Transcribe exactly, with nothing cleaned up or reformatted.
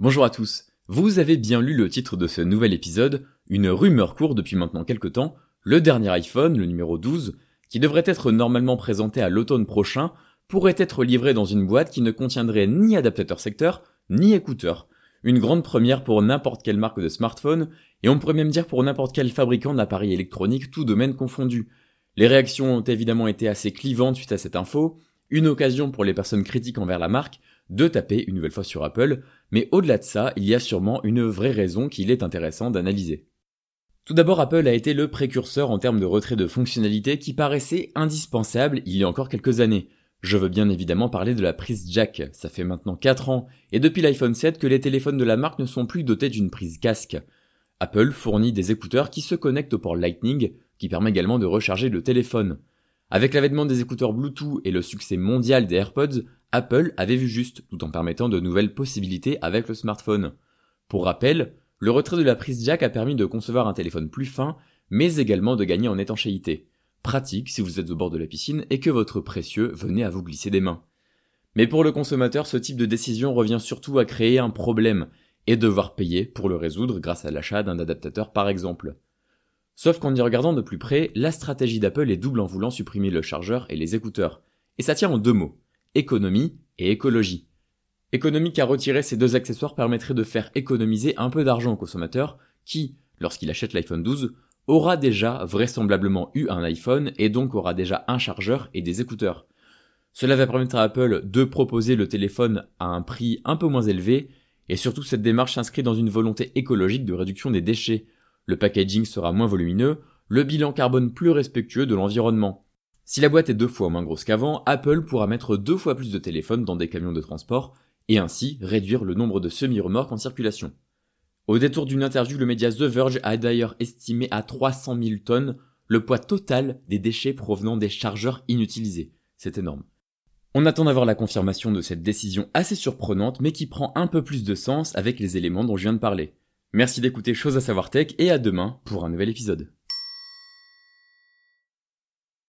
Bonjour à tous, vous avez bien lu le titre de ce nouvel épisode, une rumeur court depuis maintenant quelques temps, le dernier iPhone, le numéro douze, qui devrait être normalement présenté à l'automne prochain, pourrait être livré dans une boîte qui ne contiendrait ni adaptateur secteur, ni écouteur. Une grande première pour n'importe quelle marque de smartphone, et on pourrait même dire pour n'importe quel fabricant d'appareils électroniques, tout domaine confondu. Les réactions ont évidemment été assez clivantes suite à cette info, une occasion pour les personnes critiques envers la marque de taper une nouvelle fois sur Apple, mais au-delà de ça, il y a sûrement une vraie raison qu'il est intéressant d'analyser. Tout d'abord, Apple a été le précurseur en termes de retrait de fonctionnalités qui paraissaient indispensables il y a encore quelques années. Je veux bien évidemment parler de la prise jack, ça fait maintenant quatre ans, et depuis l'iPhone sept que les téléphones de la marque ne sont plus dotés d'une prise casque. Apple fournit des écouteurs qui se connectent au port Lightning, qui permet également de recharger le téléphone. Avec l'avènement des écouteurs Bluetooth et le succès mondial des AirPods, Apple avait vu juste, tout en permettant de nouvelles possibilités avec le smartphone. Pour rappel, le retrait de la prise jack a permis de concevoir un téléphone plus fin, mais également de gagner en étanchéité. Pratique si vous êtes au bord de la piscine et que votre précieux venait à vous glisser des mains. Mais pour le consommateur, ce type de décision revient surtout à créer un problème, et devoir payer pour le résoudre grâce à l'achat d'un adaptateur par exemple. Sauf qu'en y regardant de plus près, la stratégie d'Apple est double en voulant supprimer le chargeur et les écouteurs. Et ça tient en deux mots, économie et écologie. Économie car retirer ces deux accessoires permettrait de faire économiser un peu d'argent au consommateur qui, lorsqu'il achète l'iPhone douze, aura déjà vraisemblablement eu un iPhone et donc aura déjà un chargeur et des écouteurs. Cela va permettre à Apple de proposer le téléphone à un prix un peu moins élevé et surtout cette démarche s'inscrit dans une volonté écologique de réduction des déchets. Le packaging sera moins volumineux, le bilan carbone plus respectueux de l'environnement. Si la boîte est deux fois moins grosse qu'avant, Apple pourra mettre deux fois plus de téléphones dans des camions de transport et ainsi réduire le nombre de semi-remorques en circulation. Au détour d'une interview, le média The Verge a d'ailleurs estimé à trois cent mille tonnes le poids total des déchets provenant des chargeurs inutilisés. C'est énorme. On attend d'avoir la confirmation de cette décision assez surprenante mais qui prend un peu plus de sens avec les éléments dont je viens de parler. Merci d'écouter Chose à savoir tech et à demain pour un nouvel épisode.